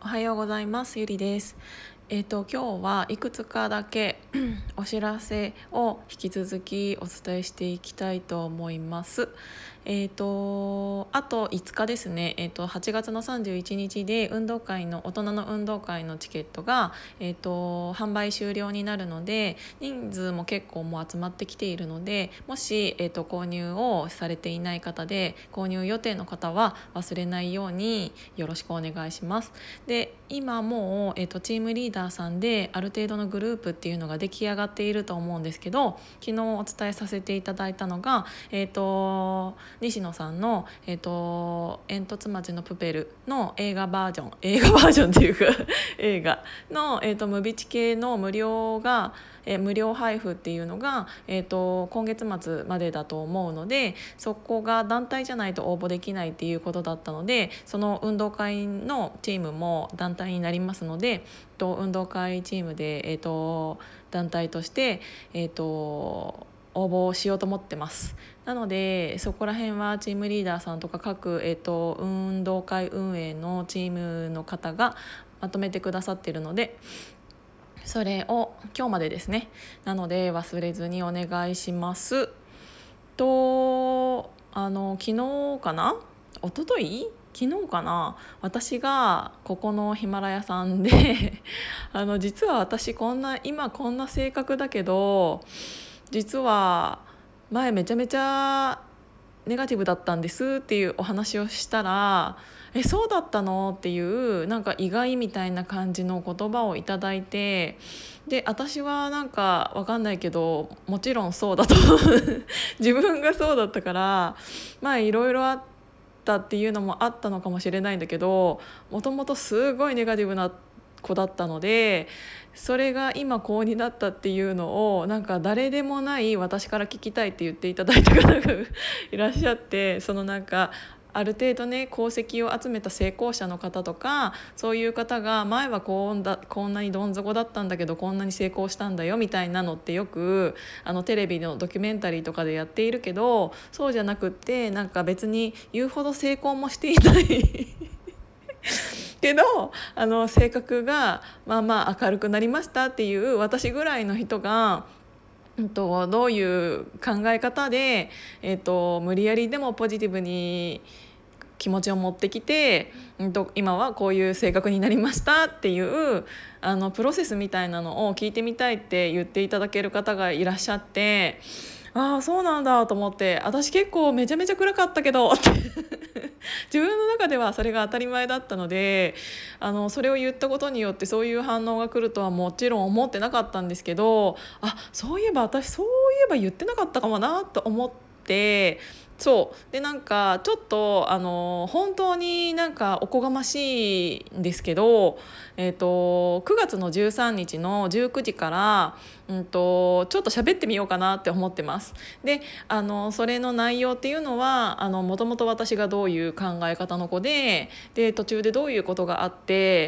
おはようございます。ゆりです。今日はいくつかだけお知らせを引き続きお伝えしていきたいと思います。あと5日ですね。8月の31日で大人の運動会のチケットが、販売終了になるので、人数も結構もう集まってきているので、もし、購入をされていない方で購入予定の方は忘れないようによろしくお願いします。で今もう、チームリーダーさんである程度のグループっていうのが出来上がっていると思うんですけど、昨日お伝えさせていただいたのが、西野さんの、煙突町のプペルの映画バージョンっていうか映画の、ムビチ系の無料配布っていうのが、今月末までだと思うので、そこが団体じゃないと応募できないっていうことだったので、その運動会のチームも団体になりますので、運動会チームで、団体として、応募しようと思ってます。なのでそこら辺はチームリーダーさんとか各、運動会運営のチームの方がまとめてくださっているので、それを今日までですね。なので忘れずにお願いします。昨日かな、一昨日昨日かな、私がここのヒマラヤさんで実は私今こんな性格だけど、実は前めちゃめちゃネガティブだったんですっていうお話をしたら、そうだったのっていう、なんか意外みたいな感じの言葉をいただいて、で私はなんかわかんないけど、もちろんそうだと自分がそうだったから、まあいろいろあったっていうのもあったのかもしれないんだけど、もともとすごいネガティブな子だったので、それが今こうになったっていうのを、なんか誰でもない私から聞きたいって言っていただいた方がいらっしゃって、そのなんかある程度ね功績を集めた成功者の方とか、そういう方が前はこんなにどん底だったんだけどこんなに成功したんだよみたいなのってよくテレビのドキュメンタリーとかでやっているけど、そうじゃなくって、なんか別に言うほど成功もしていないけど性格がまあまあ明るくなりましたっていう私ぐらいの人が、どういう考え方で、無理やりでもポジティブに気持ちを持ってきて、今はこういう性格になりましたっていうプロセスみたいなのを聞いてみたいって言っていただける方がいらっしゃって、ああそうなんだと思って、私結構めちゃめちゃ暗かったけどって自分の中ではそれが当たり前だったので、それを言ったことによってそういう反応が来るとはもちろん思ってなかったんですけど、そういえば私そういえば言ってなかったかもなと思って、そうでなんかちょっと本当になんかおこがましいんですけど、9月の13日の19時から、ちょっと喋ってみようかなって思ってます。でそれの内容っていうのは、もともと私がどういう考え方の子で途中でどういうことがあって、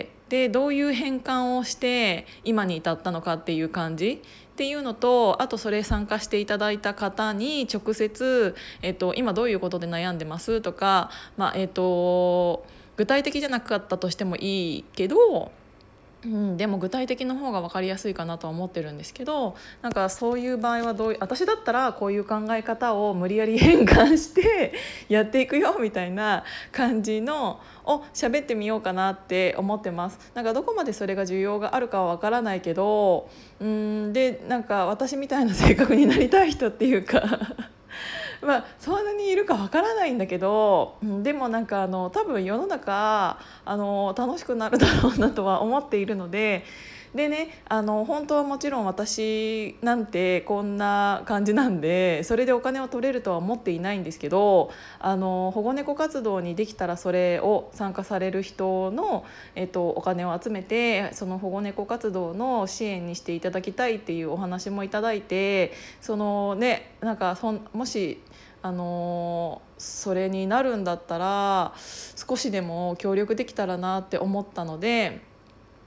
でどういう変換をして今に至ったのかっていう感じっていうのと、あとそれ参加していただいた方に直接、今どういうことで悩んでますとか、具体的じゃなかったとしてもいいけど、でも具体的の方が分かりやすいかなとは思ってるんですけど、なんかそういう場合は私だったらこういう考え方を無理やり変換してやっていくよみたいな感じのを喋ってみようかなって思ってます。なんかどこまでそれが需要があるかは分からないけど、でなんか私みたいな性格になりたい人っていうかそんなにいるかわからないんだけど、でもなんか多分世の中楽しくなるだろうなとは思っているので、でね本当はもちろん私なんてこんな感じなんで、それでお金を取れるとは思っていないんですけど、保護猫活動にできたらそれを参加される人の、お金を集めてその保護猫活動の支援にしていただきたいっていうお話もいただいて、そのねなんかもしそれになるんだったら少しでも協力できたらなって思ったので、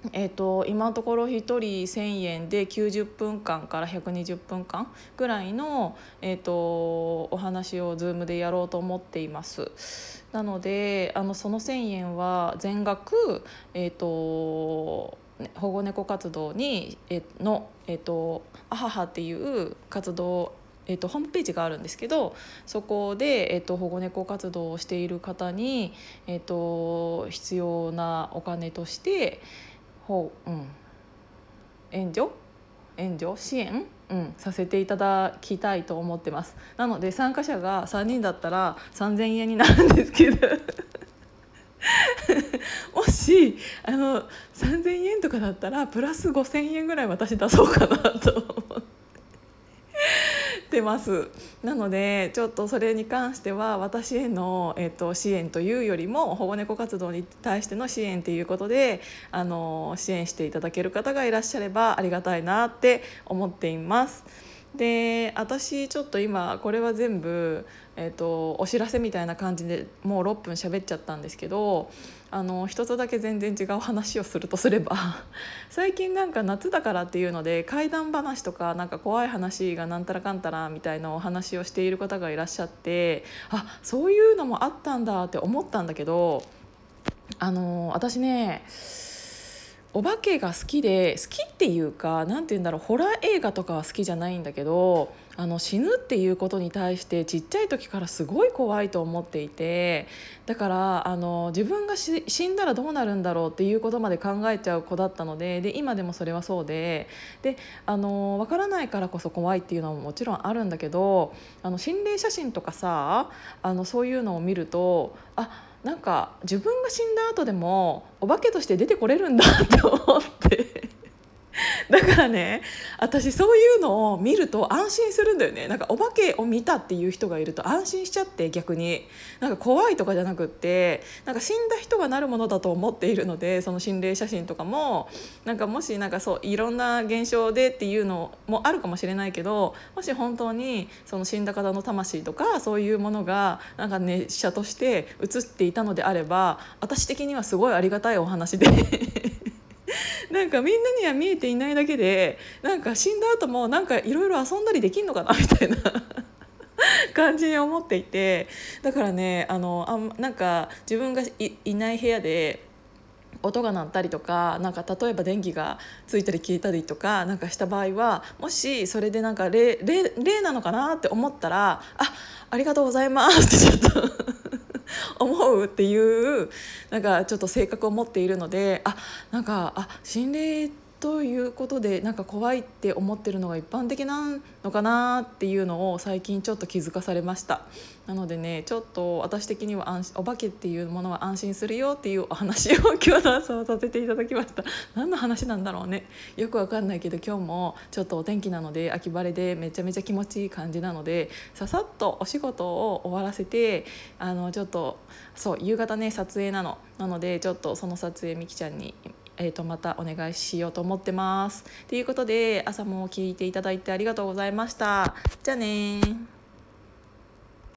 今のところ1人1,000円で90分間から120分間ぐらいの、お話を Zoom でやろうと思っています。なのでその1,000円は全額、保護猫活動にアハハっていう活動、ホームページがあるんですけど、そこで、保護猫活動をしている方に、必要なお金として援助支援、させていただきたいと思ってます。なので参加者が3人だったら3,000円になるんですけどもし3,000円とかだったらプラス5,000円ぐらい私出そうかなと思ってます。なのでちょっとそれに関しては私への、支援というよりも保護猫活動に対しての支援ということで支援していただける方がいらっしゃればありがたいなって思っています。で私ちょっと今これは全部、お知らせみたいな感じでもう6分喋っちゃったんですけど、一つだけ全然違う話をするとすれば最近なんか夏だからっていうので怪談話とかなんか怖い話がなんたらかんたらみたいなお話をしている方がいらっしゃって、そういうのもあったんだって思ったんだけど、私ねお化けが好きっていうかなんて言うんだろう、ホラー映画とかは好きじゃないんだけど死ぬっていうことに対してちっちゃい時からすごい怖いと思っていて、だから自分が死んだらどうなるんだろうっていうことまで考えちゃう子だったので、今でもそれはそうで分からないからこそ怖いっていうのももちろんあるんだけど、心霊写真とかさそういうのを見るとなんか自分が死んだ後でもお化けとして出てこれるんだって思ってだからね私そういうのを見ると安心するんだよね。なんかお化けを見たっていう人がいると安心しちゃって、逆になんか怖いとかじゃなくってなんか死んだ人がなるものだと思っているので、その心霊写真とかもなんかもしなんかそういろんな現象でっていうのもあるかもしれないけど、もし本当にその死んだ方の魂とかそういうものがなんか熱射として映っていたのであれば私的にはすごいありがたいお話でなんかみんなには見えていないだけでなんか死んだ後もなんかいろいろ遊んだりできんのかなみたいな感じに思っていて、だからねなんか自分がいない部屋で音が鳴ったりとか、なんか例えば電気がついたり消えたりとかなんかした場合は、もしそれでなんか霊なのかなって思ったらありがとうございますってちょっと思うっていうなんかちょっと性格を持っているので、なんか心霊ということでなんか怖いって思ってるのが一般的なのかなっていうのを最近ちょっと気づかされました。なのでねちょっと私的にはお化けっていうものは安心するよっていうお話を今日の朝はさせていただきました。何の話なんだろうね、よくわかんないけど今日もちょっとお天気なので秋晴れでめちゃめちゃ気持ちいい感じなのでささっとお仕事を終わらせてちょっとそう夕方ね撮影なのでちょっとその撮影みきちゃんにまたお願いしようと思ってます。ということで朝も聞いていただいてありがとうございました。じゃあね。